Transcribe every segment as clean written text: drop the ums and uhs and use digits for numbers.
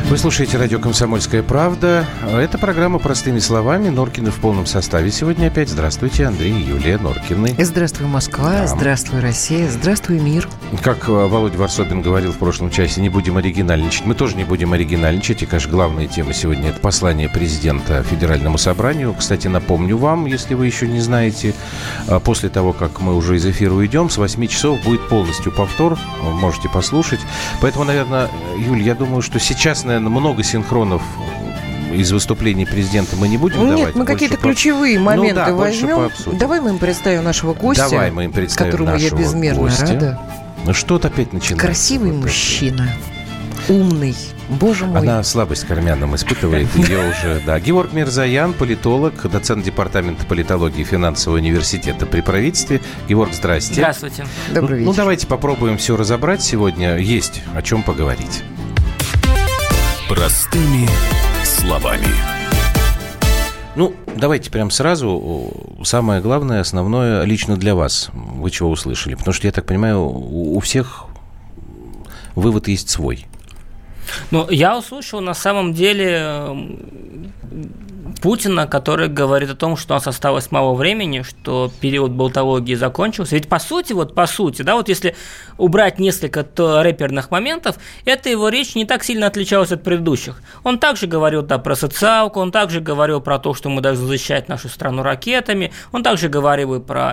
Вы слушаете радио «Комсомольская правда». Это программа «Простыми словами». Норкины в полном составе сегодня опять. Здравствуйте, Андрей и Юлия Норкины. Здравствуй, Москва. Да. Здравствуй, Россия. Здравствуй, мир. Как Володя Варсобин говорил в прошлом часе, не будем оригинальничать. Мы тоже не будем оригинальничать. И, конечно, главная тема сегодня – это послание президента Федеральному собранию. Кстати, напомню вам, если вы еще не знаете, после того, как мы уже из эфира уйдем, с 8 часов будет полностью повтор. Можете послушать. Поэтому, наверное, Юль, я думаю, что сейчас, наверное, много синхронов из выступлений президента мы не будем давать. Нет, мы какие-то ключевые моменты возьмем. Давай мы им представим нашего гостя, которому я безмерно рада. Ну что-то опять начинается. Красивый мужчина, умный. Боже мой. Она слабость к армянам испытывает. Ее уже, да. Геворг Мирзоян, политолог, доцент департамента политологии финансового университета при правительстве. Геворг, здрасте. Здравствуйте. Добрый вечер. Ну, давайте попробуем все разобрать сегодня. Есть о чем поговорить. Простыми словами. Ну, давайте прям сразу. Самое главное, основное лично для вас. Вы чего услышали? Потому что, я так понимаю, у всех вывод есть свой. Ну, я услышал на самом деле Путина, который говорит о том, что у нас осталось мало времени, что период болтологии закончился. Ведь по сути, да, вот если убрать несколько рэперных моментов, эта его речь не так сильно отличалась от предыдущих. Он также говорил, да, про социалку, он также говорил про то, что мы должны защищать нашу страну ракетами, он также говорил и про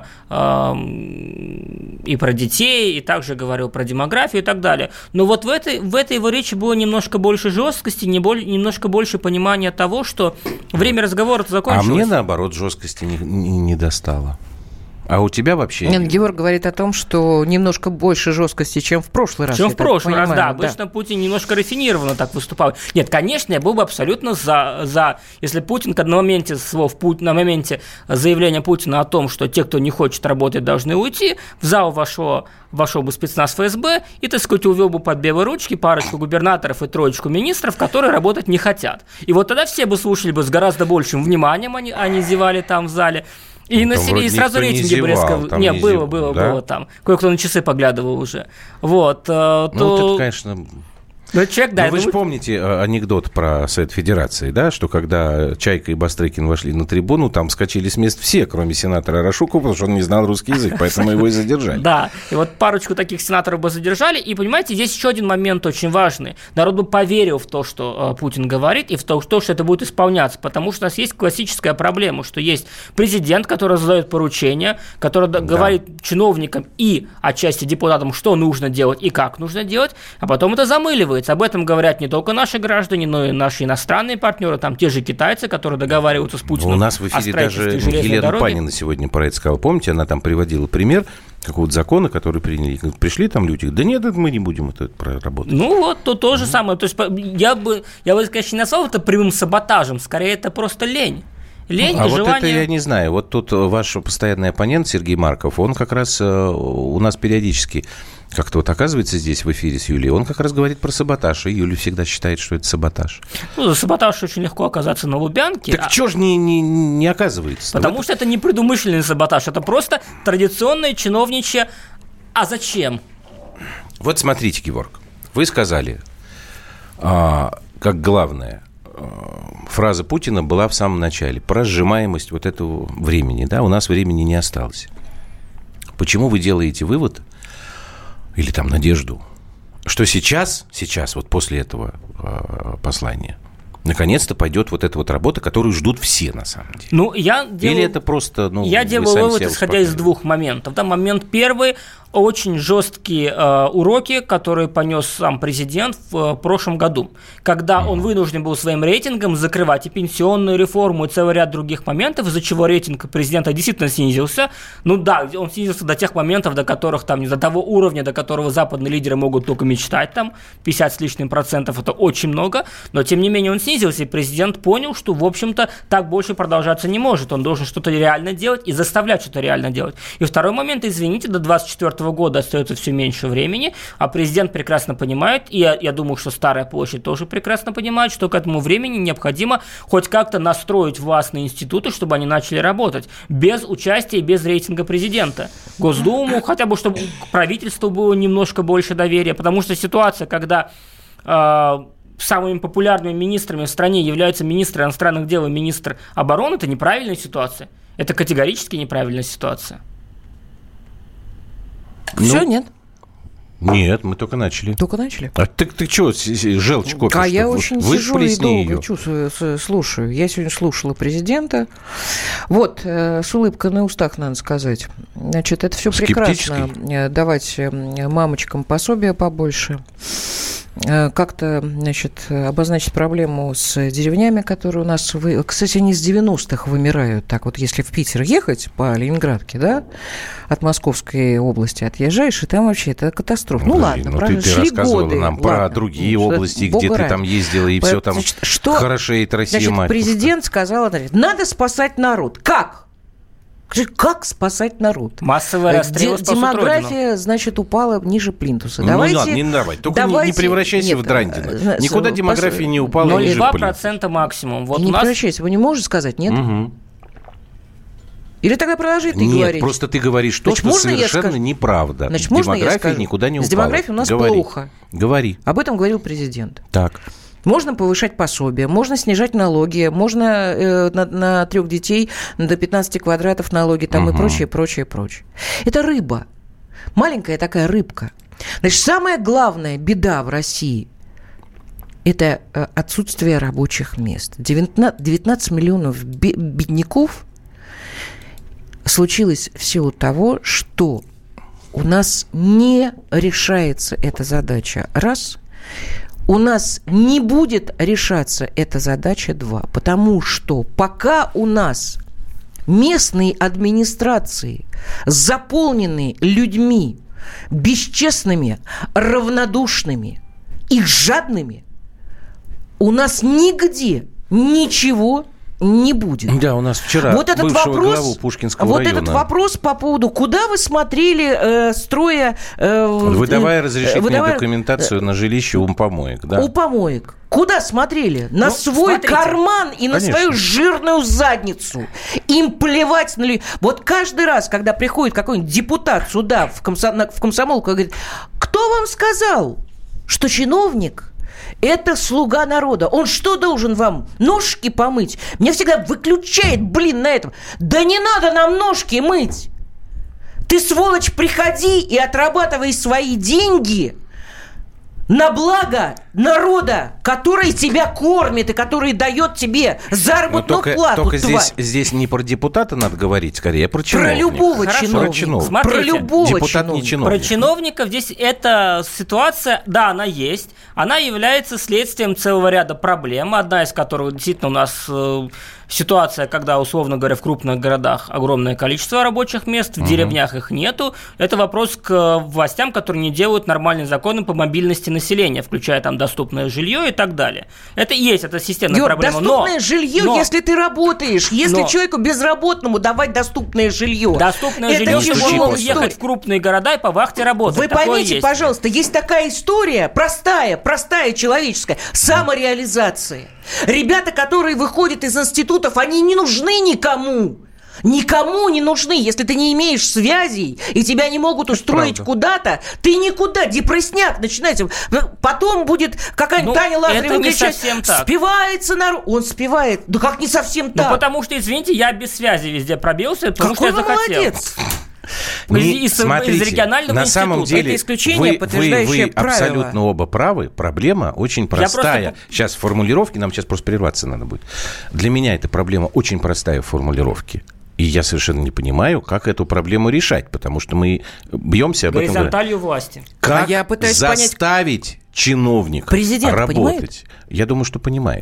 детей, и также говорил про демографию и так далее. Но вот в этой его речи было немножко больше жесткости, немножко больше понимания того, что время разговора закончилось. А мне, наоборот, жесткости не достало. А у тебя вообще... Нет, Георг говорит о том, что немножко больше жесткости, чем в прошлый раз. Чем в прошлый раз, да. Обычно Путин немножко рафинированно так выступал. Нет, конечно, я был бы абсолютно за если Путин на моменте заявления Путина о том, что те, кто не хочет работать, должны уйти, в зал вошел бы спецназ ФСБ и, так сказать, увел бы под белые ручки парочку губернаторов и троечку министров, которые работать не хотят. И вот тогда все бы слушали бы с гораздо большим вниманием, они зевали там в зале. И сразу рейтинги бы резко... Нет, было там. Кое-кто на часы поглядывал уже. Вот. Ну, это, конечно... Человек, да, вы же помните анекдот про Совет Федерации, да, что когда Чайка и Бастрыкин вошли на трибуну, там вскочили с мест все, кроме сенатора Рашукова, потому что он не знал русский язык, поэтому его и задержали. Да, и вот парочку таких сенаторов бы задержали, и, понимаете, здесь еще один момент очень важный. Народ бы поверил в то, что Путин говорит, и в то, что это будет исполняться, потому что у нас есть классическая проблема, что есть президент, который задает поручения, который говорит чиновникам и отчасти депутатам, что нужно делать и как нужно делать, а потом это замыливает. Об этом говорят не только наши граждане, но и наши иностранные партнеры, там те же китайцы, которые договариваются с Путиным. У нас в эфире даже Елена Панина сегодня про это сказала. Помните, она там приводила пример какого-то закона, который приняли. Пришли там люди, да нет, мы не будем это проработать. Ну вот, то же самое. То есть я бы, конечно, не назвал это прямым саботажем, скорее это просто лень. Лень, а желание... вот это я не знаю. Вот тут ваш постоянный оппонент Сергей Марков, он как раз у нас периодически как-то вот оказывается здесь в эфире с Юлией, он как раз говорит про саботаж, и Юля всегда считает, что это саботаж. Ну, за саботаж очень легко оказаться на Лубянке. Так чего же не оказывается? Потому что это не предумышленный саботаж, это просто традиционное чиновничье. А зачем? Вот смотрите, Геворг, вы сказали, как главное, фраза Путина была в самом начале про сжимаемость вот этого времени, да, у нас времени не осталось. Почему вы делаете вывод или там надежду, что сейчас, вот после этого послания, наконец-то пойдет вот эта вот работа, которую ждут все, на самом деле? Ну, или это просто... Я делаю вывод, исходя из двух моментов. Да, момент первый – очень жесткие уроки, которые понес сам президент в прошлом году, когда он вынужден был своим рейтингом закрывать и пенсионную реформу, и целый ряд других моментов, из-за чего рейтинг президента действительно снизился. Ну да, он снизился до тех моментов, до которых там, до того уровня, до которого западные лидеры могут только мечтать, там 50 с лишним процентов, это очень много, но тем не менее он снизился, и президент понял, что, в общем-то, так больше продолжаться не может, он должен что-то реально делать и заставлять что-то реально делать. И второй момент, извините, до 2024 года остается все меньше времени, а президент прекрасно понимает, и я думаю, что Старая площадь тоже прекрасно понимает, что к этому времени необходимо хоть как-то настроить властные институты, чтобы они начали работать, без участия и без рейтинга президента. Госдуму, хотя бы, чтобы к правительству было немножко больше доверия, потому что ситуация, когда самыми популярными министрами в стране являются министр иностранных дел и министр обороны, это неправильная ситуация. Это категорически неправильная ситуация. Все, нет? Нет, мы только начали. Только начали? А ты что, желчь копишь? А я очень сижу и долго чувствую, слушаю. Я сегодня слушала президента. Вот, с улыбкой на устах, надо сказать. Значит, это все прекрасно. Давать мамочкам пособия побольше. Как-то, значит, обозначить проблему с деревнями, которые у нас... Кстати, они с 90-х вымирают. Так вот, если в Питер ехать по Ленинградке, да, от Московской области отъезжаешь, и там вообще это катастрофа. Ну ладно, правда, ты рассказывала нам про другие области, где ты там ездила, и все там хорошеет Россия, мать. Президент сказал, надо спасать народ. Как? Как спасать народ? Массовый расстрел спасут демография, Родину. Значит, упала ниже плинтуса. Давайте, не давай. Только не превращайся в Драндина. Никуда демография не упала ниже плинтуса. 0,2% максимум. Вот не превращайся. Вы не можете сказать, нет? Угу. Или тогда продолжай ты говорить? Нет, просто ты говоришь то, что совершенно неправда. Значит, демография никуда не упала. С демографией у нас плохо. Говори. Об этом говорил президент. Так. Можно повышать пособие, можно снижать налоги, можно на 3 детей до 15 квадратов налоги там и прочее, прочее, прочее. Это рыба. Маленькая такая рыбка. Значит, самая главная беда в России – это отсутствие рабочих мест. 19 миллионов бедняков случилось в силу того, что у нас не решается эта задача. Раз – у нас не будет решаться эта задача 2, потому что пока у нас местные администрации заполнены людьми бесчестными, равнодушными и жадными, у нас нигде ничего не будет. Да, у нас вчера вот этот бывшего вопрос, главу Пушкинского района. Вот этот вопрос по поводу, куда вы смотрели, строя... выдавая разрешительную документацию на жилище у помоек, да? У помоек. Куда смотрели? На свой карман и на свою жирную задницу. Им плевать на людей. Вот каждый раз, когда приходит какой-нибудь депутат сюда, в комсомолку, говорит, кто вам сказал, что чиновник... Это слуга народа. Он что должен вам? Ножки помыть? Меня всегда выключает, на этом. Да не надо нам ножки мыть. Ты, сволочь, приходи и отрабатывай свои деньги на благо народа, который тебя кормит и который дает тебе заработную плату. Только здесь не про депутата надо говорить, скорее, а про чиновника. Про любого чиновника. Смотрите, про любого депутат не чиновник. Про чиновников здесь эта ситуация, да, она есть. Она является следствием целого ряда проблем, одна из которых действительно у нас ситуация, когда, условно говоря, в крупных городах огромное количество рабочих мест, в деревнях их нету. Это вопрос к властям, которые не делают нормальные законы по мобильности населения, включая там доступное жилье и так далее. Это есть, это системная проблема. Доступное жилье, если ты работаешь, если человеку безработному давать доступное жилье. Доступное жилье, чтобы он ехать в крупные города и по вахте работать. Вы поймите, пожалуйста, есть такая история, простая человеческая, самореализация. Ребята, которые выходят из институтов, они не нужны никому. Никому не нужны. Если ты не имеешь связей и тебя не могут устроить куда-то, ты никуда. Депрессняк начинается. Потом будет какая-нибудь Таня Лазарева кричать, спивается народ. Он спивает. Да как не совсем так? Потому что, извините, я без связи везде пробился, потому что я захотел. Молодец. Смотрите, из регионального на института. самом деле это исключение, подтверждающее вы абсолютно оба правы. Проблема очень простая. Сейчас в формулировке, нам сейчас просто прерваться надо будет. Для меня эта проблема очень простая в формулировке. И я совершенно не понимаю, как эту проблему решать, потому что мы бьемся об этом. Горизонталью власти. Как заставить чиновников работать? Понимает? Я думаю, что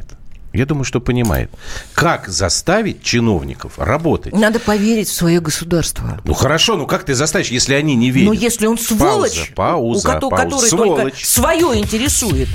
понимает. Как заставить чиновников работать? Надо поверить в свое государство. Ну хорошо, как ты заставишь, если они не верят? Но если он сволочь, который только свое интересует.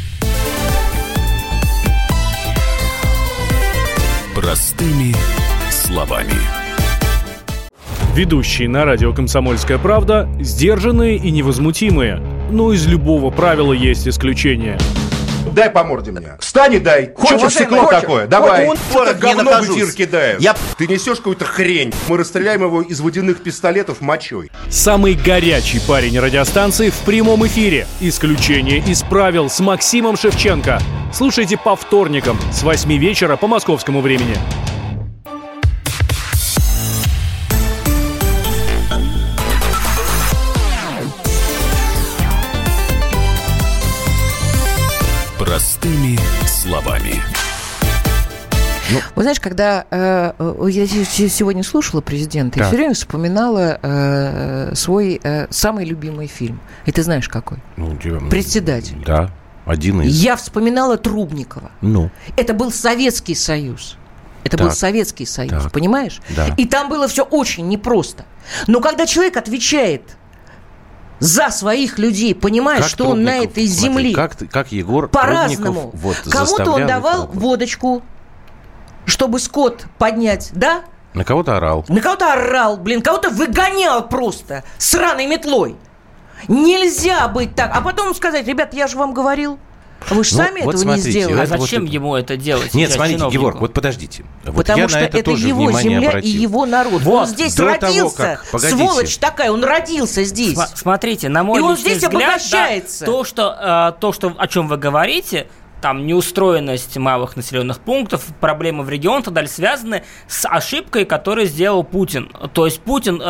Простыми словами. Ведущие на радио «Комсомольская правда» сдержанные и невозмутимые. Но из любого правила есть исключение. Дай по морде мне. Встань и дай. Хочешь стекло такое? Давай. Это говно в эфир кидает. Ты несешь какую-то хрень. Мы расстреляем его из водяных пистолетов мочой. Самый горячий парень радиостанции в прямом эфире. Исключение из правил с Максимом Шевченко. Слушайте по вторникам с 8 вечера по московскому времени. Простыми словами. Вы знаешь, когда я сегодня слушала президента, я все время вспоминала свой самый любимый фильм. И ты знаешь, какой? «Председатель». Да, один из. Я вспоминала Трубникова. Это был Советский Союз. Это был Советский Союз, понимаешь? Да. И там было все очень непросто. Но когда человек отвечает за своих людей, понимая, что он на этой земле, как Егор по-разному. Кому-то он давал водочку, чтобы скот поднять, да? На кого-то орал. Кого-то выгонял просто сраной метлой. Нельзя быть так. А потом сказать: ребят, я же вам говорил. Вы же сами этого не сделали. А зачем ему это делать? Нет, смотрите, Георг, вот подождите. Потому что это его земля и его народ. Он здесь родился. Сволочь такая, он родился здесь. Смотрите, на мой личный взгляд, обогащается. То, о чем вы говорите, там неустроенность малых населенных пунктов, проблемы в регионах и так далее, связаны с ошибкой, которую сделал Путин. То есть Путин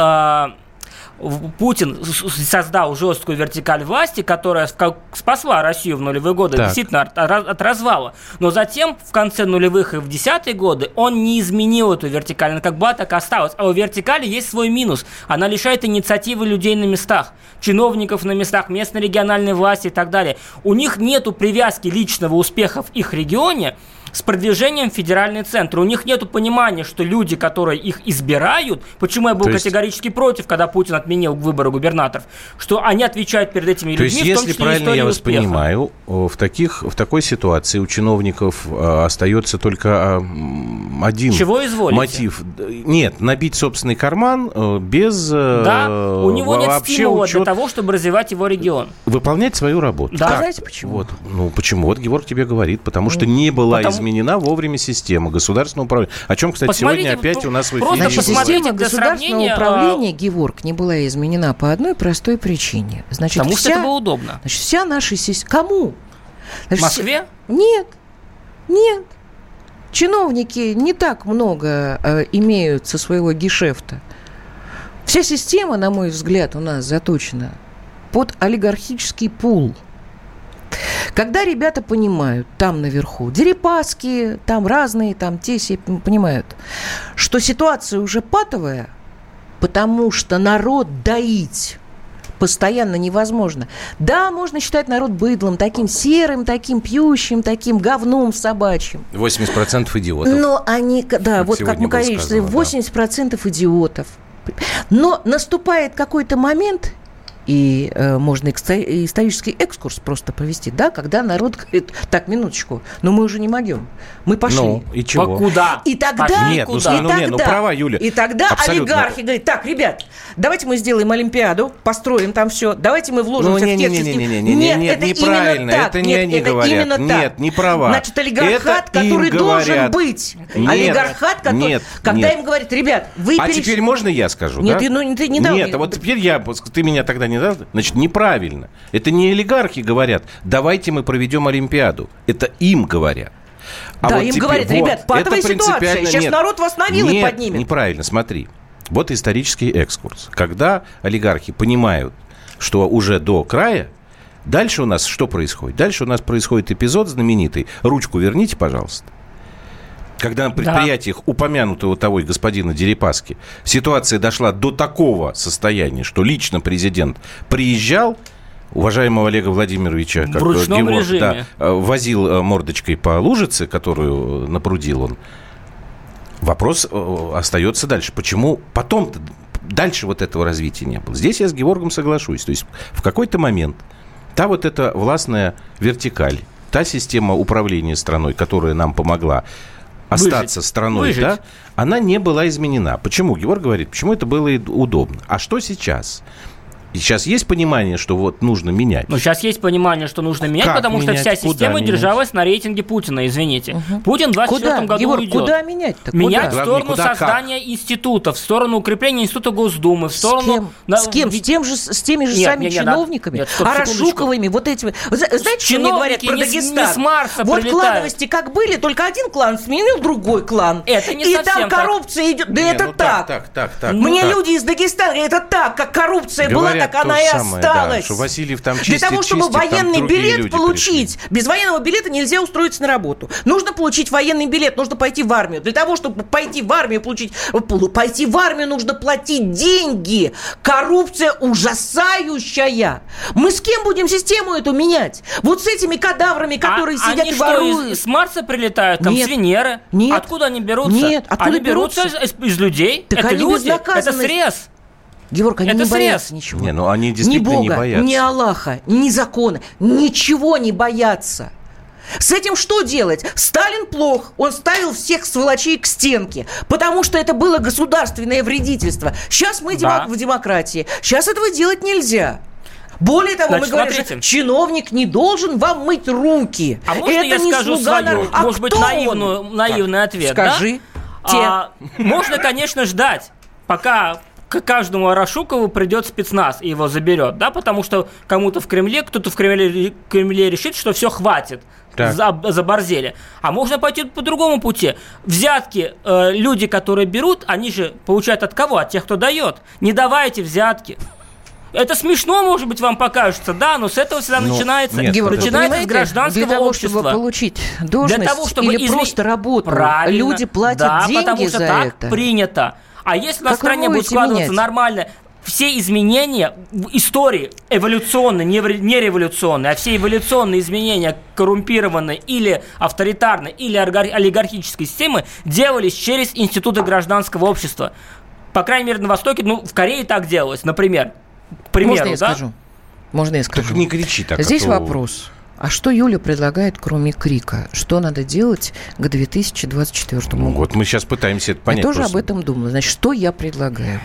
создал жесткую вертикаль власти, которая спасла Россию в нулевые годы, действительно, от развала. Но затем, в конце нулевых и в десятые годы, он не изменил эту вертикаль. Она как была, так и осталась. А у вертикали есть свой минус. Она лишает инициативы людей на местах, чиновников на местах, местной региональной власти и так далее. У них нету привязки личного успеха в их регионе с продвижением в федеральный центр. У них нет понимания, что люди, которые их избирают, почему я был категорически против, когда Путин отменил выборы губернаторов, что они отвечают перед этими людьми, в том числе историю успеха. То есть, если правильно я вас понимаю, в такой ситуации у чиновников остается только один мотив. Нет, набить собственный карман без у него нет стимула для того, чтобы развивать его регион. Выполнять свою работу. Да. Знаете почему? Почему? Вот Георг тебе говорит, потому что не была изменена вовремя система государственного управления. О чем, кстати, сегодня опять у нас в эфире. Система государственного управления, Георг, не была изменена по одной простой причине. Потому что это было удобно. Значит, вся наша система... Кому? В Москве? Нет. Чиновники не так много имеют со своего гешефта. Вся система, на мой взгляд, у нас заточена под олигархический пул. Когда ребята понимают, там наверху, Дерипаски, там разные, там те все понимают, что ситуация уже патовая, потому что народ доить постоянно невозможно. Да, можно считать народ быдлом, таким серым, таким пьющим, таким говном собачьим. 80% идиотов. Но они, да, вот как мы говорили, 80% идиотов. Но наступает какой-то момент... И можно исторический экскурс просто провести, да, когда народ говорит: так, минуточку, но мы уже не могем, мы пошли. И чего? Куда? И тогда, права, Юля. И тогда олигархи говорят: так, ребят, давайте мы сделаем Олимпиаду, построим там все, давайте мы вложимся в тех систем. Нет, это неправильно, это не они говорят. Нет, не права. Значит, олигархат, который должен быть. Олигархат, который, когда им говорят: ребят, вы теперь можно я скажу, да? Нет, ты не дал. Нет, а вот теперь ты меня тогда не дал. Значит, неправильно. Это не олигархи говорят: давайте мы проведем Олимпиаду. Это им говорят. Да, им говорят: ребят, патовая ситуация, сейчас народ вас на вилы поднимет. Нет, неправильно, смотри. Вот исторический экскурс. Когда олигархи понимают, что уже до края, дальше у нас что происходит? Дальше у нас происходит эпизод знаменитый. Ручку верните, пожалуйста. Когда на предприятиях упомянутого того и господина Дерипаски ситуация дошла до такого состояния, что лично президент приезжал, уважаемого Олега Владимировича, как Георг, возил мордочкой по лужице, которую напрудил он. Вопрос остается дальше. Почему потом-то дальше вот этого развития не было? Здесь я с Георгом соглашусь. То есть в какой-то момент та вот эта властная вертикаль, та система управления страной, которая нам помогла остаться страной, да, она не была изменена. Почему? Георг говорит, почему это было удобно. А что сейчас? И сейчас есть понимание, что вот нужно менять? Ну, сейчас есть понимание, что нужно менять, как потому менять? что вся система Куда держалась на рейтинге Путина, извините. Путин в 2024 году Егор, уйдет. куда менять-то? Менять Куда? в сторону Куда, создания институтов, в сторону укрепления института Госдумы, в сторону... С кем? С теми же самыми чиновниками? Арашуковыми, вот этими. Знаете, что мне говорят про Дагестан? Не с Марса вот прилетают. клановости как были, только один клан сменил другой клан. Это не и совсем там коррупция идет. Да это так. Мне люди из Дагестана говорят, это так, как коррупция была, так она и осталась. Да, что Васильев там чистит, для того, чтобы военный билет получить, пришли. без военного билета нельзя устроиться на работу. Нужно получить военный билет, нужно пойти в армию. Для того, чтобы пойти в армию, нужно платить деньги. Коррупция ужасающая. Мы с кем будем систему эту менять? Вот с этими кадаврами, которые сидят и воруют. Они что, с Марса прилетают? Там с Венеры? Нет. Откуда они берутся? Нет, откуда они берутся из людей. Так это они люди, это безнаказанность. срез. Георг, они это не срез. боятся ничего. Не, ну они действительно ни Бога, не боятся. ни Аллаха, ни закона. Ничего не боятся. С этим что делать? Сталин плох. Он ставил всех сволочей к стенке, потому что это было государственное вредительство. Сейчас мы в демократии. Сейчас этого делать нельзя. Более того, мы говорим, что чиновник не должен вам мыть руки. А можно это я не скажу свою, может быть, наивный ответ? Скажи. Можно, конечно, ждать, пока к каждому Арашукову придет спецназ и его заберет, да, потому что кому-то в Кремле, кто-то в Кремле решит, что все, хватит, заборзели. А можно пойти по другому пути. Взятки люди, которые берут, они же получают от кого? От тех, кто дает. Не давайте взятки. Это смешно, может быть, вам покажется, да, но с этого всегда начинается с гражданского для того, общества. чтобы получить должность или просто работу, люди платят деньги потому что за так это. Принято. А если на стране будет складываться нормально, все изменения в истории эволюционные, не революционные, а все эволюционные изменения коррумпированной или авторитарной, или олигархической системы делались через институты гражданского общества. По крайней мере, на Востоке, в Корее так делалось, например. К примеру, Можно я скажу? Можно я скажу? Так не кричи так. Здесь вопрос. А что Юля предлагает, кроме крика? Что надо делать к 2024 году? Вот мы сейчас пытаемся это понять. Я тоже об этом думала. Значит, что я предлагаю?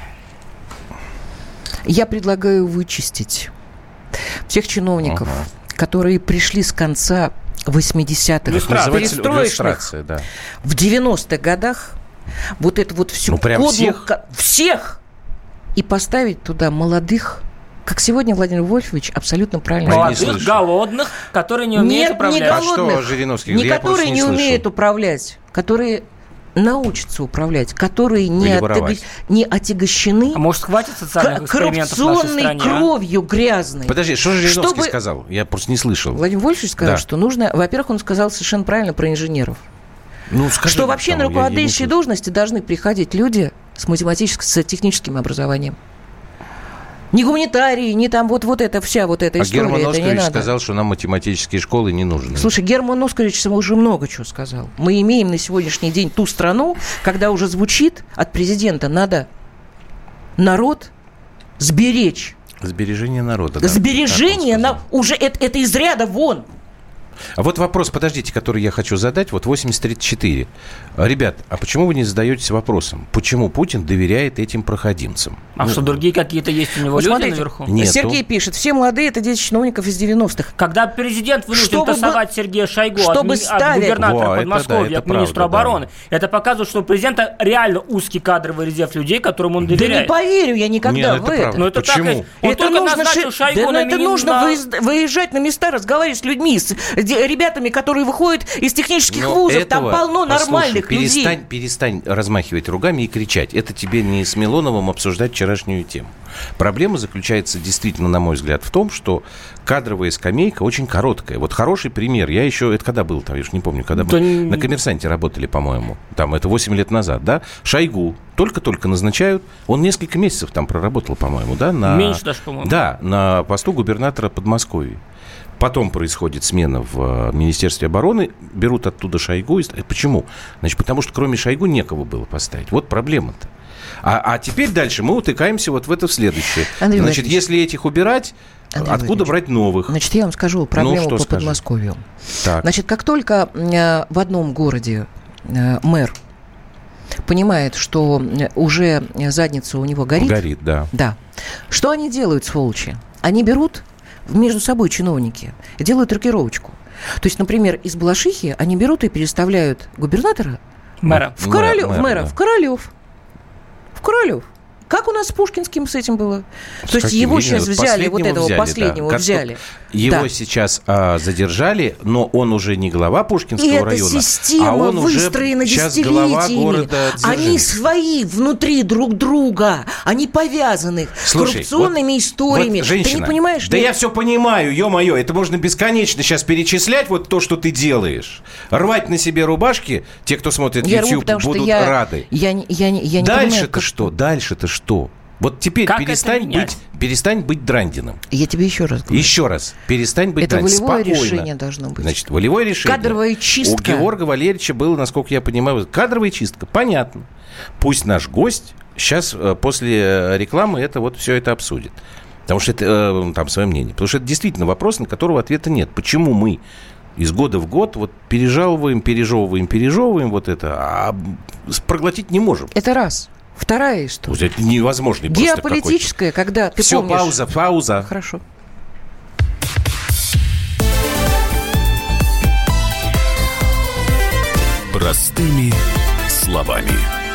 Я предлагаю вычистить всех чиновников, которые пришли с конца 80-х, перестроечных, да. в 90-х годах, вот эту вот всю всех, и поставить туда молодых, как сегодня Владимир Вольфович абсолютно правильно молодых, говорит. голодных, которые не умеют управлять. Не голодных, а что Жириновский? не которые не умеют управлять, которые научатся управлять, которые не отягощены хватит социальных экспериментов в нашей стране? Коррупционной кровью грязной. Подожди, что же Жириновский сказал? Я просто не слышал. Владимир Вольфович сказал, что нужно... Во-первых, он сказал совершенно правильно про инженеров. Что вообще на руководящие должности должны приходить люди с техническим образованием. Не гуманитарии, не там вот эта вся вот эта история. Герман это не Оскарович надо. сказал, что нам математические школы не нужны. Слушай, Герман Оскарович уже много чего сказал. Мы имеем на сегодняшний день ту страну, когда уже звучит от президента: надо народ сберечь. Сбережение народа. Да. Сбережение уже это из ряда вон. А вот вопрос, подождите, который я хочу задать. Вот 8034. Ребят, а почему вы не задаетесь вопросом, почему Путин доверяет этим проходимцам? А что, другие какие-то есть у него люди наверху? Нету. Сергей пишет, все молодые — это дети чиновников из 90-х. Когда президент вынужден тасовать Сергея Шойгу от губернатора Подмосковья к министру обороны, это показывает, что у президента реально узкий кадровый резерв людей, которым он доверяет. Да не поверю я никогда в это. Но это почему? Это нужно выезжать на места, разговаривать с людьми, с ребятами, которые выходят из технических вузов, там полно нормальных людей. Перестань размахивать ругами и кричать. Это тебе не с Милоновым обсуждать вчерашнюю тему. Проблема заключается действительно, на мой взгляд, в том, что кадровая скамейка очень короткая. Вот хороший пример. Я еще... Это когда был там? Я уж не помню. Когда мы на «Коммерсанте» работали, по-моему. Там это 8 лет назад, да? Шойгу только-только назначают. Он несколько месяцев там проработал, по-моему, да? Меньше даже, по-моему. Да, на посту губернатора Подмосковья. Потом происходит смена в Министерстве обороны, берут оттуда Шойгу. Почему? Значит, потому что кроме Шойгу некого было поставить. Вот проблема-то. А теперь дальше мы утыкаемся вот в это в следующее. Значит, если этих убирать, откуда брать новых? Значит, я вам скажу проблему по Подмосковью. Так. Значит, как только в одном городе мэр понимает, что уже задница у него горит. Горит, да. Да. Что они делают, сволочи? Они берут между собой, чиновники, делают рокировочку. То есть, например, из Балашихи они берут и переставляют губернатора в Королёв. Как у нас с Пушкинским с этим было? То есть его сейчас взяли, вот этого последнего взяли. Его сейчас задержали, но он уже не глава Пушкинского района. И эта система выстроена десятилетиями. Они свои внутри друг друга. Они повязаны с коррупционными историями. Вот, женщина, ты не понимаешь? Да я все понимаю, ё-моё. Это можно бесконечно сейчас перечислять, вот то, что ты делаешь. Рвать на себе рубашки, те, кто смотрит YouTube, будут рады. Дальше-то что? Дальше-то что? Вот теперь перестань быть Драндиным. Я тебе еще раз говорю. Еще раз. Перестань быть Драндиным. Это волевое решение должно быть. Значит, волевое решение. Кадровая чистка. У Георга Валерьевича было, насколько я понимаю, кадровая чистка. Понятно. Пусть наш гость сейчас после рекламы все это обсудит. Потому что это там свое мнение. Потому что это действительно вопрос, на которого ответа нет. Почему мы из года в год пережевываем вот это, а проглотить не можем? Это раз. Вторая история. Это невозможно. Геополитическая, когда ты помнишь... Все, пауза. Хорошо. Простыми словами.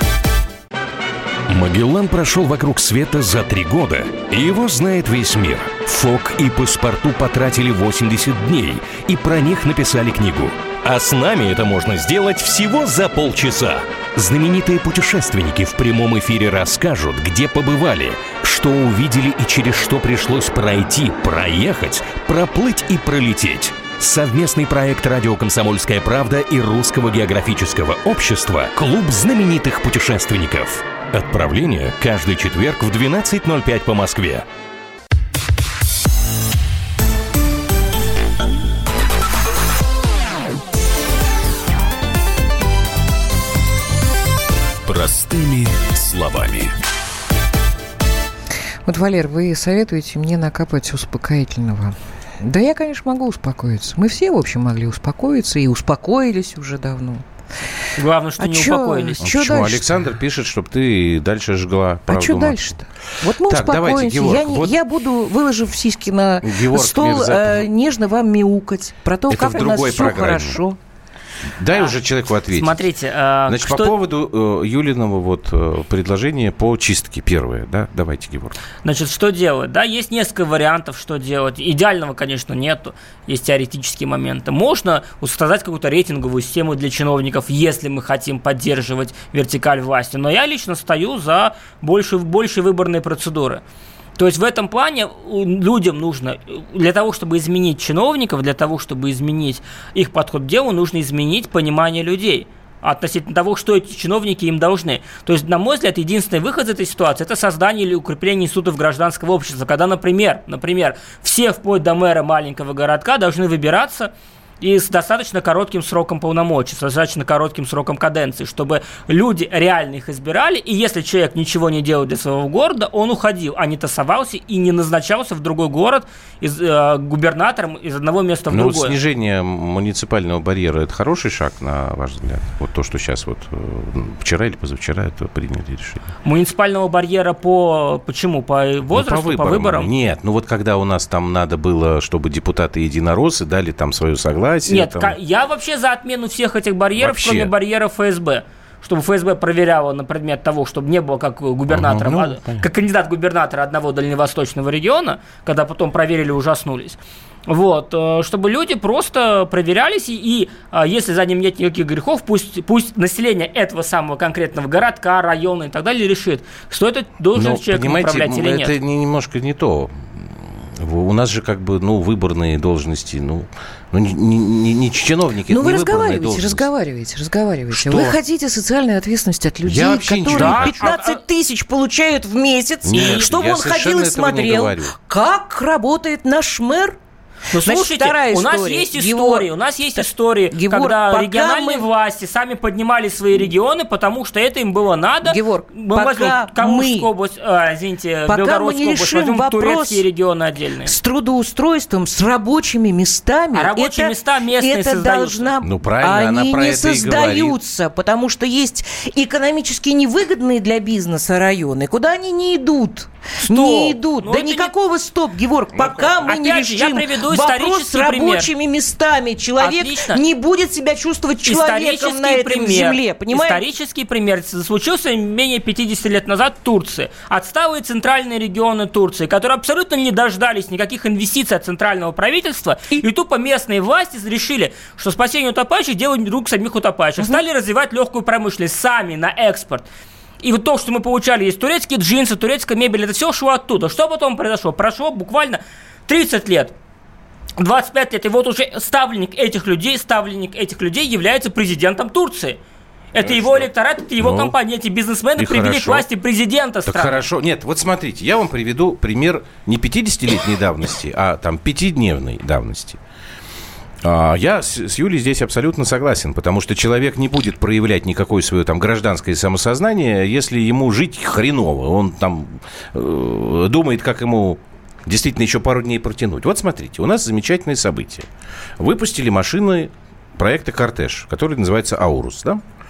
Магеллан прошел вокруг света за 3 года, и его знает весь мир. Фок и Паспарту потратили 80 дней, и про них написали книгу. А с нами это можно сделать всего за полчаса. Знаменитые путешественники в прямом эфире расскажут, где побывали, что увидели и через что пришлось пройти, проехать, проплыть и пролететь. Совместный проект «Радио Комсомольская правда» и Русского географического общества «Клуб знаменитых путешественников». Отправление каждый четверг в 12:05 по Москве. Простыми словами. Вот, Валер, вы советуете мне накапать успокоительного? Да я, конечно, могу успокоиться. Мы все, в общем, могли успокоиться и успокоились уже давно. Главное, что не упокоились. Почему? Александр пишет, чтобы ты дальше жгла. А что дальше-то? Вот мы успокоимся. Я буду, выложив сиськи на стол, нежно вам мяукать про то, как у нас все хорошо. Дай уже человеку ответить. Смотрите, значит, по поводу Юлиного предложения по чистке первое, да? Давайте, Георг. Значит, что делать? Да, есть несколько вариантов, что делать. Идеального, конечно, нету. Есть теоретические моменты. Можно создать какую-то рейтинговую систему для чиновников, если мы хотим поддерживать вертикаль власти. Но я лично стою за больше выборные процедуры. То есть в этом плане людям нужно, для того, чтобы изменить чиновников, для того, чтобы изменить их подход к делу, нужно изменить понимание людей относительно того, что эти чиновники им должны. То есть, на мой взгляд, единственный выход из этой ситуации – это создание или укрепление институтов гражданского общества, когда, например, все вплоть до мэра маленького городка должны выбираться и с достаточно коротким сроком полномочий, с достаточно коротким сроком каденции, чтобы люди реально их избирали, и если человек ничего не делал для своего города, он уходил, а не тасовался и не назначался в другой город губернатором из одного места в другое. Снижение муниципального барьера – это хороший шаг, на ваш взгляд? Вот то, что сейчас вчера или позавчера это приняли решение. Муниципального барьера почему? По возрасту, по выборам? Нет, когда у нас там надо было, чтобы депутаты-единороссы дали там свое согласие. Нет, я вообще за отмену всех этих барьеров, кроме барьеров ФСБ. Чтобы ФСБ проверяло на предмет того, чтобы не было как губернатора, как кандидат губернатора одного дальневосточного региона, когда потом проверили, ужаснулись. Чтобы люди просто проверялись, и если за ним нет никаких грехов, пусть население этого самого конкретного городка, района и так далее решит, что это должен человек управлять или нет. Это немножко не то. У нас же выборные должности, не чиновники, вы разговариваете. Что? Вы хотите социальной ответственности от людей, которые 15 тысяч получают в месяц, чтобы он ходил и смотрел, как работает наш мэр. Ну, слушайте, у нас есть истории, когда региональные власти сами поднимали свои регионы, потому что это им было надо. Геворг, Калужскую область, Белгородскую область, возьмем турецкие регионы отдельные. С трудоустройством, с рабочими местами. А рабочие места местные создаются. Они не создаются, потому что есть экономически невыгодные для бизнеса районы, куда они не идут. Не идут. Да никакого стоп, Геворг, пока мы не решим вопрос с рабочими местами. Человек не будет себя чувствовать человеком на этой земле. Понимаете? Исторический пример случился менее 50 лет назад в Турции. Отсталые центральные регионы Турции, которые абсолютно не дождались никаких инвестиций от центрального правительства, и тупо местные власти решили, что спасение утопающих делают рук самих утопающих. Стали развивать легкую промышленность сами на экспорт. И вот то, что мы получали, есть турецкие джинсы, турецкая мебель, это все шло оттуда. Что потом произошло? Прошло буквально 30 лет. 25 лет, и вот уже ставленник этих людей является президентом Турции. Это его электорат, это его компания, эти бизнесмены привели к власти президента страны. Так хорошо. Нет, вот смотрите, я вам приведу пример не 50-летней давности, а там 5-дневной давности. Я с Юлей здесь абсолютно согласен, потому что человек не будет проявлять никакое свое там гражданское самосознание, если ему жить хреново. Он там думает, как ему действительно еще пару дней протянуть. Вот смотрите, у нас замечательное событие. Выпустили машины проекта «Кортеж», который называется «Аурус»,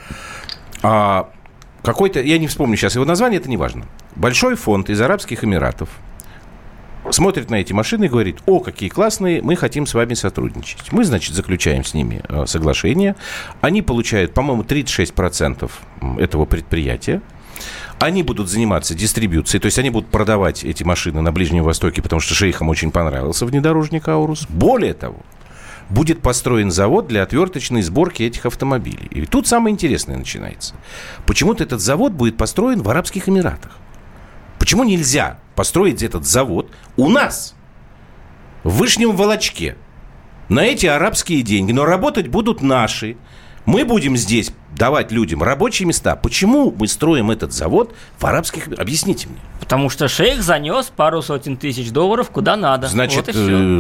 да? Какой-то, я не вспомню сейчас его название, это не важно. Большой фонд из Арабских Эмиратов смотрит на эти машины и говорит: о, какие классные, мы хотим с вами сотрудничать. Мы, значит, заключаем с ними соглашение. Они получают, по-моему, 36% этого предприятия. Они будут заниматься дистрибьюцией, то есть они будут продавать эти машины на Ближнем Востоке, потому что шейхам очень понравился внедорожник «Аурус». Более того, будет построен завод для отверточной сборки этих автомобилей. И тут самое интересное начинается. Почему-то этот завод будет построен в Арабских Эмиратах. Почему нельзя построить этот завод у нас, в Вышнем Волочке, на эти арабские деньги? Но работать будут наши. Мы будем здесь давать людям рабочие места. Почему мы строим этот завод в Арабских Эмиратах? Объясните мне. Потому что шейх занес пару сотен тысяч долларов куда надо. Значит,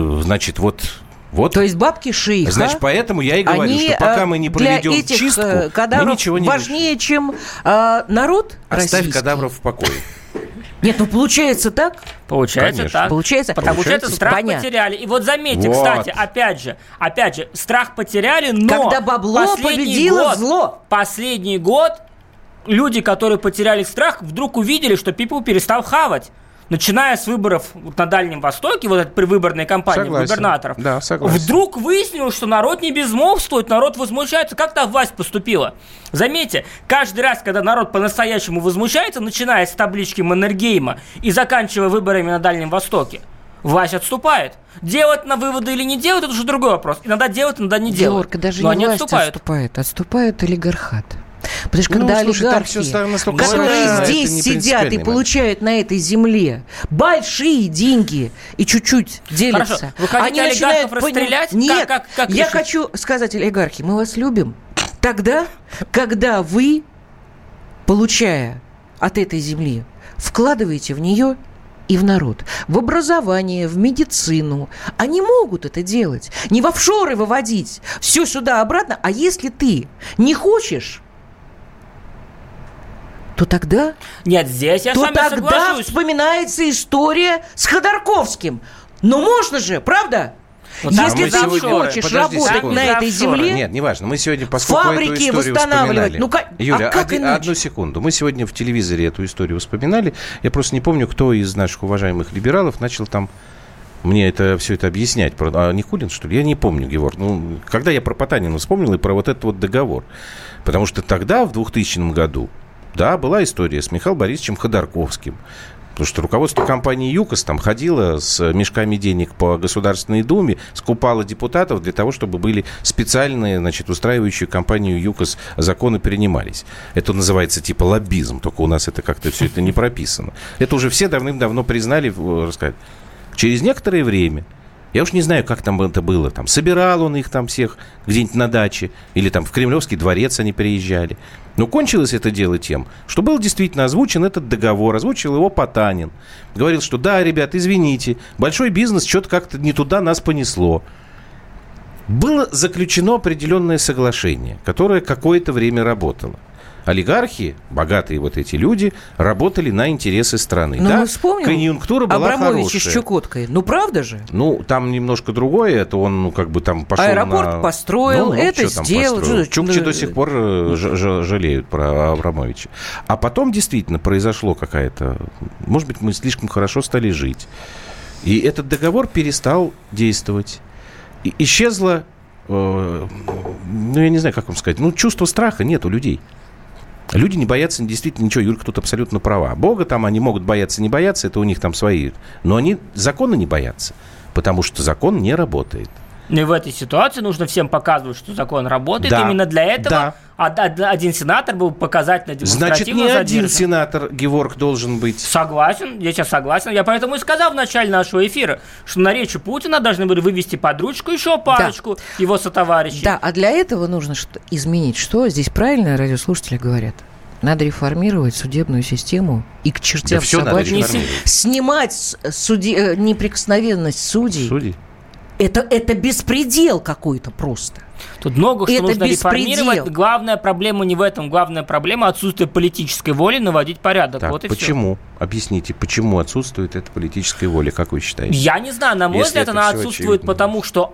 вот. То есть бабки шейха. Значит, поэтому я и говорю, что пока мы не проведем чистку, мы ничего не важнее, чем народ российский. Оставь кадавров в покое. Нет, ну получается так. Получается так. Получается, страх потеряли. И вот заметьте, кстати, опять же, страх потеряли, но когда бабло победило зло. Последний год люди, которые потеряли страх, вдруг увидели, что people перестал хавать. Начиная с выборов на Дальнем Востоке, вот этой предвыборной кампании губернаторов, вдруг выяснилось, что народ не безмолвствует, народ возмущается. Как та власть поступила? Заметьте, каждый раз, когда народ по-настоящему возмущается, начиная с таблички Маннергейма и заканчивая выборами на Дальнем Востоке, власть отступает. Делать на выводы или не делать, это уже другой вопрос. Иногда делать, иногда не делать. Георг, даже не власть отступает. Отступает олигархат. Потому что когда олигархи, которые здесь сидят и получают на этой земле большие деньги и чуть-чуть делятся, вы хотите они олигархов расстрелять? Нет, я хочу сказать, олигархи, мы вас любим тогда, когда вы, получая от этой земли, вкладываете в нее и в народ, в образование, в медицину. Они могут это делать. Не в офшоры выводить, все сюда-обратно. А если ты не хочешь, то тогда... Нет, здесь я с вами соглашусь. То тогда вспоминается история с Ходорковским. Но можно же, правда? Если ты не хочешь работать на этой земле... Нет, неважно. Мы сегодня, поскольку эту историю вспоминали... Юля, одну секунду. Мы сегодня в телевизоре эту историю вспоминали. Я просто не помню, кто из наших уважаемых либералов начал там мне все это объяснять. Никулин, что ли? Я не помню, Георг. Когда я про Потанина вспомнил и про вот этот вот договор. Потому что тогда, в 2000 году, да, была история с Михаилом Борисовичем Ходорковским. Потому что руководство компании «ЮКОС» там ходило с мешками денег по Государственной Думе, скупало депутатов для того, чтобы были специальные, устраивающие компанию «ЮКОС» законы принимались. Это называется типа лоббизм, только у нас это как-то все это не прописано. Это уже все давным-давно признали, рассказать. Через некоторое время Я уж не знаю, как там это было. Там собирал он их там всех где-нибудь на даче. Или там в Кремлевский дворец они приезжали. Но кончилось это дело тем, что был действительно озвучен этот договор. Озвучил его Потанин. Говорил, что да, ребят, извините. Большой бизнес что-то как-то не туда нас понесло. Было заключено определенное соглашение, которое какое-то время работало. Олигархи, богатые вот эти люди, работали на интересы страны. Но да? мы вспомним конъюнктура была Абрамовича хорошая. с Чукоткой. Ну, правда же? Ну, там немножко другое. Это он как бы там пошел аэропорт построил, это сделал. Чукчи до сих пор жалеют про Абрамовича. А потом действительно произошло какая-то... Может быть, мы слишком хорошо стали жить. И этот договор перестал действовать. И исчезло, ну, я не знаю, как вам сказать, ну, чувство страха нет у людей. Люди не боятся действительно ничего. Юрка тут абсолютно права. Бога там они могут бояться, не бояться, это у них там свои. Но они закона не боятся, потому что закон не работает. Ну и в этой ситуации нужно всем показывать, что закон работает. Да. Именно для этого один сенатор был показательно демонстративно задержан. Значит, не один сенатор, Геворг, должен быть. Согласен, я сейчас согласен. Я поэтому и сказал в начале нашего эфира, что на речи Путина должны были вывести под ручку еще парочку его сотоварищей. Да, а для этого нужно изменить что? Здесь правильно радиослушатели говорят. Надо реформировать судебную систему и к чертям собачьим снимать неприкосновенность судей. Это беспредел какой-то просто. Тут много что нужно реформировать. Главная проблема не в этом. Главная проблема – отсутствие политической воли наводить порядок. Так, вот и почему? Все. Объясните, почему отсутствует эта политическая воля, как вы считаете? Я не знаю. На мой взгляд, она отсутствует, потому что,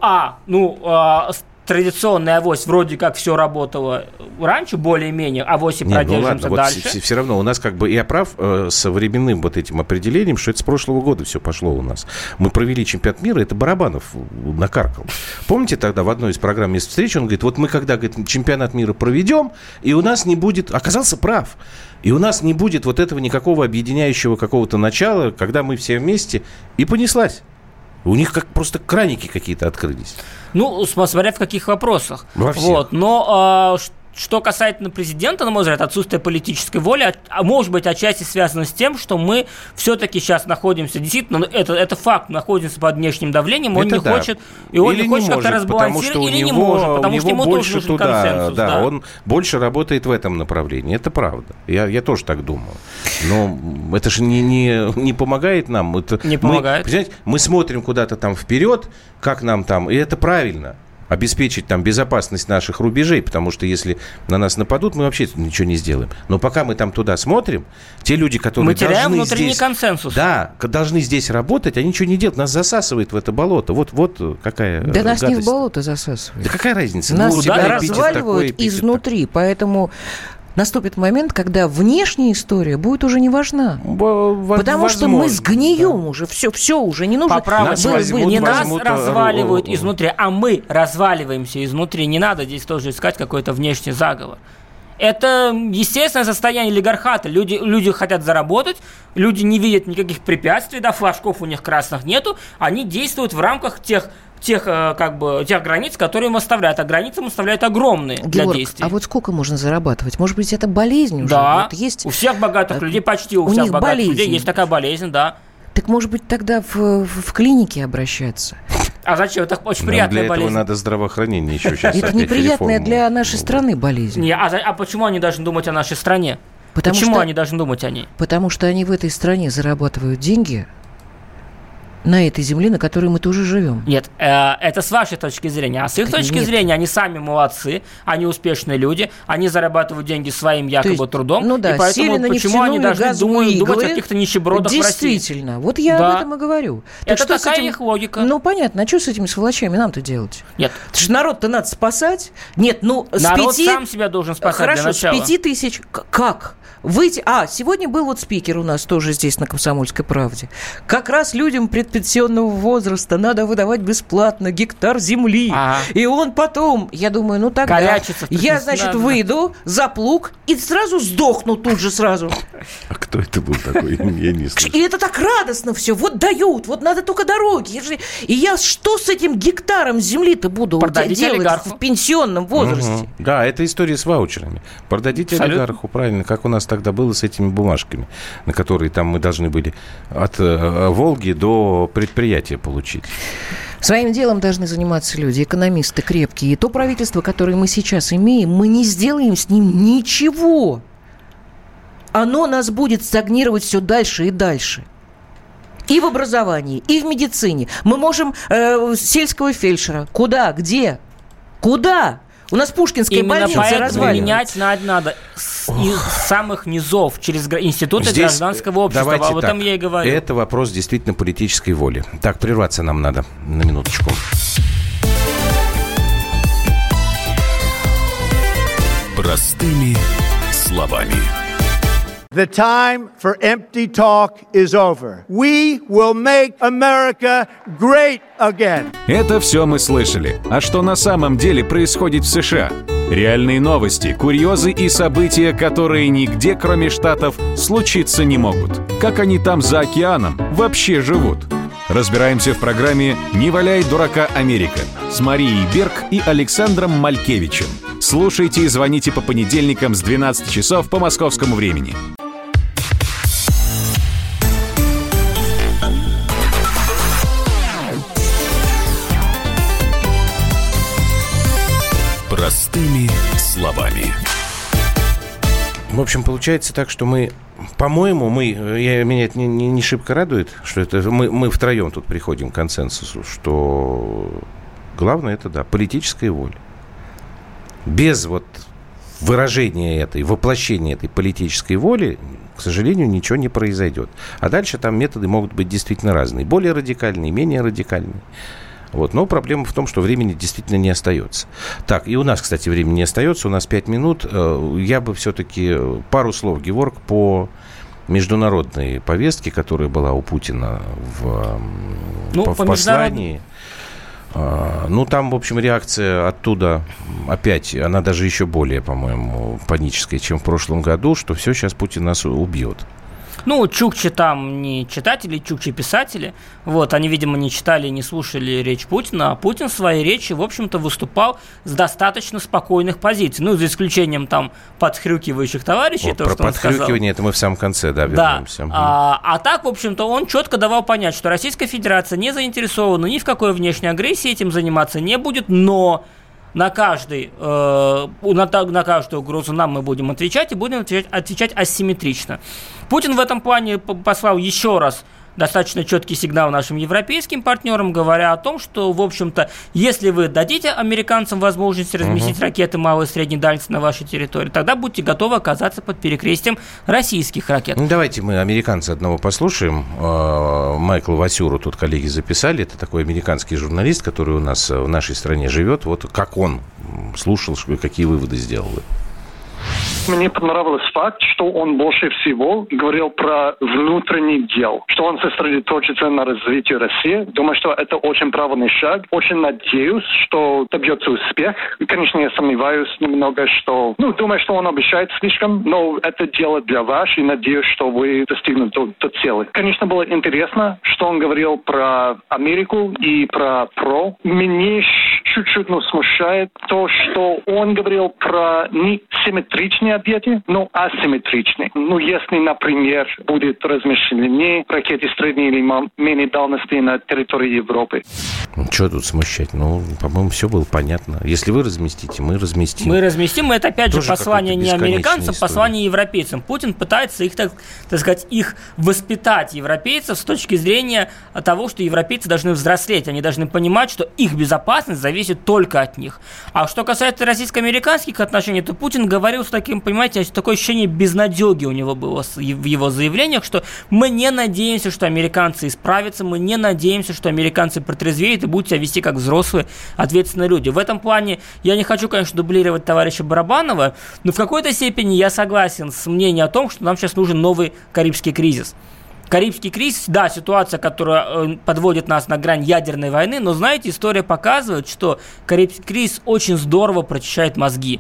традиционная авось вроде как все работало раньше, более-менее, авось и продержимся дальше. Все равно у нас как бы, я прав со временным вот этим определением, что это с прошлого года все пошло у нас. Мы провели чемпионат мира, это Барабанов накаркал. Помните тогда в одной из программ «Место встречи» он говорит, вот мы когда чемпионат мира проведем, и у нас не будет... Оказался прав. И у нас не будет вот этого никакого объединяющего какого-то начала, когда мы все вместе, и понеслась. У них как просто краники какие-то открылись. Ну, смотря в каких вопросах. Во всех. Вот. Но что касательно президента, на мой взгляд, отсутствие политической воли, может быть, отчасти связано с тем, что мы все-таки сейчас находимся, действительно, это факт, находимся под внешним давлением, он не хочет, и он не хочет как-то разбалансировать, или не может, потому что ему тоже нужен консенсус. Да, он больше работает в этом направлении, это правда. Я тоже так думаю. Но это же не помогает нам. Не помогает. Понимаете, мы смотрим куда-то там вперед, как нам там, и это правильно. Обеспечить там безопасность наших рубежей, потому что если на нас нападут, мы вообще ничего не сделаем. Но пока мы там туда смотрим, те люди, которые мы теряем должны внутренний здесь, консенсус. Да, должны здесь работать, они ничего не делают, нас засасывает в это болото. Вот какая Да гадость. нас не в болото засасывает. Да какая разница? Нас разваливают изнутри, поэтому... Наступит момент, когда внешняя история будет уже не важна. Потому что мы сгнием уже. Все уже не нужно. Не нас разваливают изнутри, а мы разваливаемся изнутри. Не надо здесь тоже искать какой-то внешний заговор. Это естественное состояние олигархата. Люди хотят заработать, люди не видят никаких препятствий, флажков у них красных нету. Они действуют в рамках тех границ, которые им оставляют. А границы им оставляют огромные для действий. А вот сколько можно зарабатывать? Может быть, это болезнь уже? Да, вот есть... у всех богатых людей, почти у всех богатых людей есть такая болезнь, да. Так, может быть, тогда в клинике обращаться? А зачем? Это очень приятная болезнь. Для этого надо здравоохранение еще сейчас. Это неприятная для нашей страны болезнь. А почему они должны думать о нашей стране? Почему они должны думать о ней? Потому что они в этой стране зарабатывают деньги на этой земле, на которой мы тоже живем. Нет, это с вашей точки зрения. А с их точки зрения, они сами молодцы, они успешные люди, они зарабатывают деньги своим якобы трудом. Ну да, и поэтому почему они должны думать о каких-то нищебродах в России? Действительно, вот я об этом и говорю. Это такая их логика. Ну понятно, а что с этими сволочами нам-то делать? Нет. Это же народ-то надо спасать. Нет, народ сам себя должен спасать. Хорошо, для начала. с 5 тысяч как? Выйти... сегодня был вот спикер у нас тоже здесь на «Комсомольской правде». Как раз людям предпенсионного возраста надо выдавать бесплатно гектар земли. И он потом, я думаю, тогда я, выйду за плуг и сразу сдохну тут же сразу. А кто это был такой? Я не слышал. И это так радостно все. Вот дают, вот надо только дороги. И я что с этим гектаром земли-то буду делать в пенсионном возрасте? Да, это история с ваучерами. Продадите олигарху, правильно, как у нас тогда было с этими бумажками, на которые там мы должны были от Волги до предприятия получить. Своим делом должны заниматься люди, экономисты крепкие. И то правительство, которое мы сейчас имеем, мы не сделаем с ним ничего. Оно нас будет стагнировать все дальше и дальше. И в образовании, и в медицине. Мы можем сельского фельдшера. Куда? Где? Куда? У нас Пушкинская больница разваливается. Именно менять надо из самых низов, через институты гражданского общества. Об этом я и говорю. Это вопрос действительно политической воли. Так, прерваться нам надо на минуточку. Простыми словами. The time for empty talk is over. We will make America great again. Это все мы слышали. А что на самом деле происходит в США? Реальные новости, курьезы и события, которые нигде, кроме Штатов, случиться не могут. Как они там за океаном вообще живут? Разбираемся в программе «Не валяй дурака, Америка» с Марией Берг и Александром Малькевичем. Слушайте и звоните по понедельникам с 12 часов по московскому времени. Простыми словами. В общем, получается так, что мы, по-моему, меня это не шибко радует, что это мы втроем тут приходим к консенсусу, что главное это, да, политическая воля. Без вот выражения этой, воплощения этой политической воли, к сожалению, ничего не произойдет. А дальше там методы могут быть действительно разные. Более радикальные, менее радикальные. Вот. Но проблема в том, что времени действительно не остается. Так, и у нас, кстати, времени не остается. У нас 5 минут. Я бы все-таки пару слов, Геворг, по международной повестке, которая была у Путина в послании. Там, в общем, реакция оттуда опять, она даже еще более, по-моему, паническая, чем в прошлом году, что все, сейчас Путин нас убьет. Чукчи там не читатели, чукчи писатели. Вот, они, видимо, не читали и не слушали речь Путина. А Путин в своей речи, в общем-то, выступал с достаточно спокойных позиций. За исключением там подхрюкивающих товарищей. Про подхрюкивание это мы в самом конце, вернемся. Да. А так, в общем-то, он четко давал понять, что Российская Федерация не заинтересована ни в какой внешней агрессии, этим заниматься не будет, но на каждую угрозу мы будем отвечать, и будем отвечать асимметрично. Путин в этом плане послал еще раз достаточно четкий сигнал нашим европейским партнерам, говоря о том, что, в общем-то, если вы дадите американцам возможность разместить ракеты малой и средней дальности на вашей территории, тогда будьте готовы оказаться под перекрестием российских ракет. Давайте мы американца одного послушаем. Майкл Васюру тут коллеги записали. Это такой американский журналист, который у нас в нашей стране живет. Вот как он слушал, какие выводы сделал. Мне понравился факт, что он больше всего говорил про внутренний дел, что он сосредоточится на развитии России. Думаю, что это очень правильный шаг. Очень надеюсь, что добьется успех. И, конечно, я сомневаюсь немного, что... думаю, что он обещает слишком, но это дело для вас, и надеюсь, что вы достигнете до цели. Конечно, было интересно, что он говорил про Америку и про ПРО. Меня чуть-чуть смущает то, что он говорил про не симметричные объекты, но асимметричные. Если, например, будет размещение ракеты средней или менее дальности на территории Европы. Что тут смущать? По-моему, все было понятно. Если вы разместите, мы разместим. Мы разместим, и это, опять же, послание не американцам, послание европейцам. Путин пытается их, так сказать, воспитать, европейцев, с точки зрения того, что европейцы должны взрослеть. Они должны понимать, что их безопасность зависит только от них. А что касается российско-американских отношений, то Путин говорил с таким, понимаете, такое ощущение безнадеги у него было в его заявлениях, что мы не надеемся, что американцы исправятся, мы не надеемся, что американцы протрезвеют и будут себя вести как взрослые, ответственные люди. В этом плане я не хочу, конечно, дублировать товарища Барабанова, но в какой-то степени я согласен с мнением о том, что нам сейчас нужен новый Карибский кризис. Карибский кризис, да, ситуация, которая подводит нас на грань ядерной войны, но, знаете, история показывает, что Карибский кризис очень здорово прочищает мозги.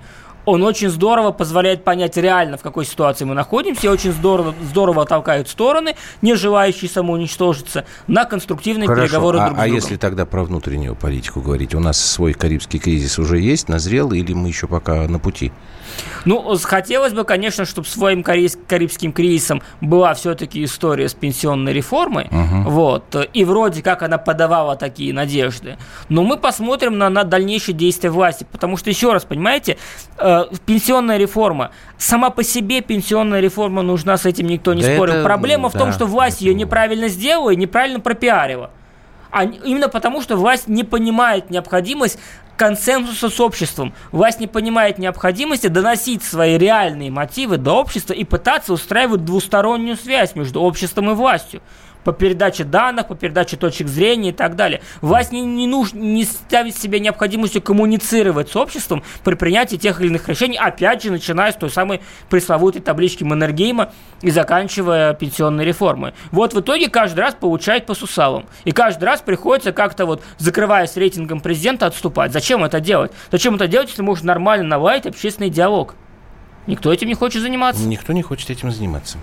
Он очень здорово позволяет понять реально, в какой ситуации мы находимся, и очень здорово толкает стороны, не желающие самоуничтожиться, на конструктивные переговоры друг с другом. А если тогда про внутреннюю политику говорить? У нас свой карибский кризис уже есть, назрел, или мы еще пока на пути? Ну, хотелось бы, конечно, чтобы своим карибским кризисом была все-таки история с пенсионной реформой, вот, и вроде как она подавала такие надежды. Но мы посмотрим на дальнейшие действия власти, потому что, еще раз, понимаете, пенсионная реформа, сама по себе пенсионная реформа нужна, с этим никто не спорил. Проблема в том, что власть ее неправильно сделала и неправильно пропиарила. Именно потому, что власть не понимает необходимость консенсуса с обществом. Власть не понимает необходимости доносить свои реальные мотивы до общества и пытаться устраивать двустороннюю связь между обществом и властью. По передаче данных, по передаче точек зрения и так далее. Власть не ставит себе необходимостью коммуницировать с обществом при принятии тех или иных решений, опять же, начиная с той самой пресловутой таблички Маннергейма и заканчивая пенсионной реформой. Вот в итоге каждый раз получает по сусалам. И каждый раз приходится как-то вот, закрываясь рейтингом президента, отступать. Зачем это делать? Зачем это делать, если можно нормально наладить общественный диалог? Никто этим не хочет заниматься. Никто не хочет этим заниматься.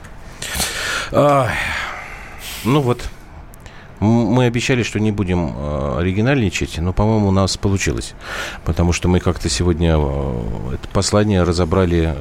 Ну вот, мы обещали, что не будем оригинальничать, но, по-моему, у нас получилось. Потому что мы как-то сегодня это послание разобрали.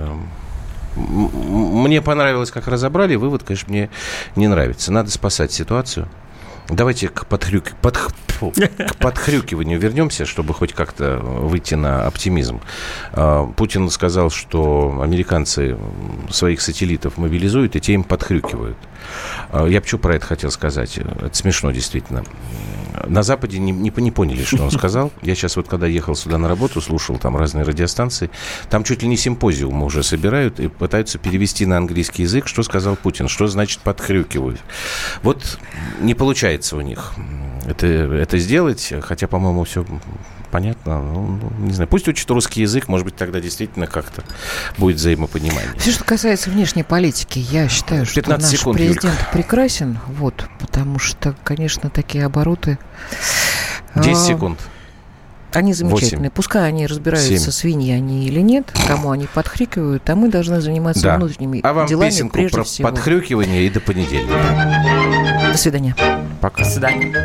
Мне понравилось, как разобрали. Вывод, конечно, мне не нравится. Надо спасать ситуацию. Давайте к подхрюкиванию вернемся, чтобы хоть как-то выйти на оптимизм. Путин сказал, что американцы своих сателлитов мобилизуют, и те им подхрюкивают. Я бы что про это хотел сказать? Это смешно, действительно. На Западе не поняли, что он сказал. Я сейчас вот, когда ехал сюда на работу, слушал там разные радиостанции, там чуть ли не симпозиумы уже собирают и пытаются перевести на английский язык, что сказал Путин, что значит подхрюкивают. Вот не получается у них это сделать, хотя, по-моему, все понятно. Ну, не знаю, пусть учат русский язык, может быть, тогда действительно как-то будет взаимопонимание. Все, что касается внешней политики, я считаю, что наш президент прекрасен, вот, потому что, конечно, такие обороты... 10 секунд. Они замечательные. 8, пускай они разбираются, 7. Свиньи они или нет, кому они подхрюкивают, а мы должны заниматься внутренними делами. А вам песенку прежде про всего. Подхрюкивание и до понедельника. До свидания. Пока. До свидания.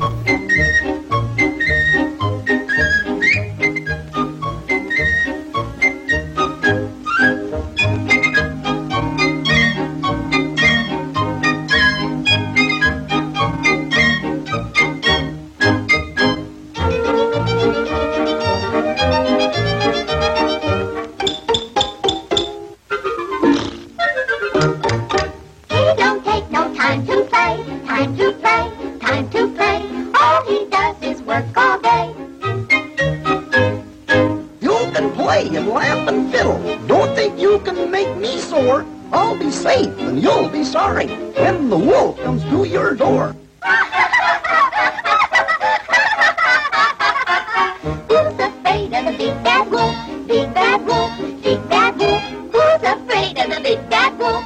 I'll be safe and you'll be sorry when the wolf comes to your door. Who's afraid of the big bad wolf? Big bad wolf, big bad wolf. Who's afraid of the big bad wolf?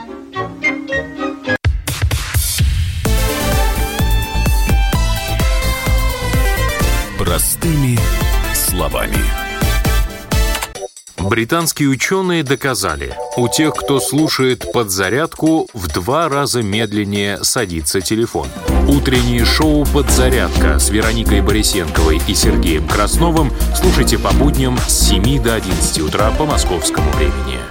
Простыми словами. Британские ученые доказали, у тех, кто слушает «Подзарядку», в 2 раза медленнее садится телефон. Утреннее шоу «Подзарядка» с Вероникой Борисенковой и Сергеем Красновым слушайте по будням с 7 до 11 утра по московскому времени.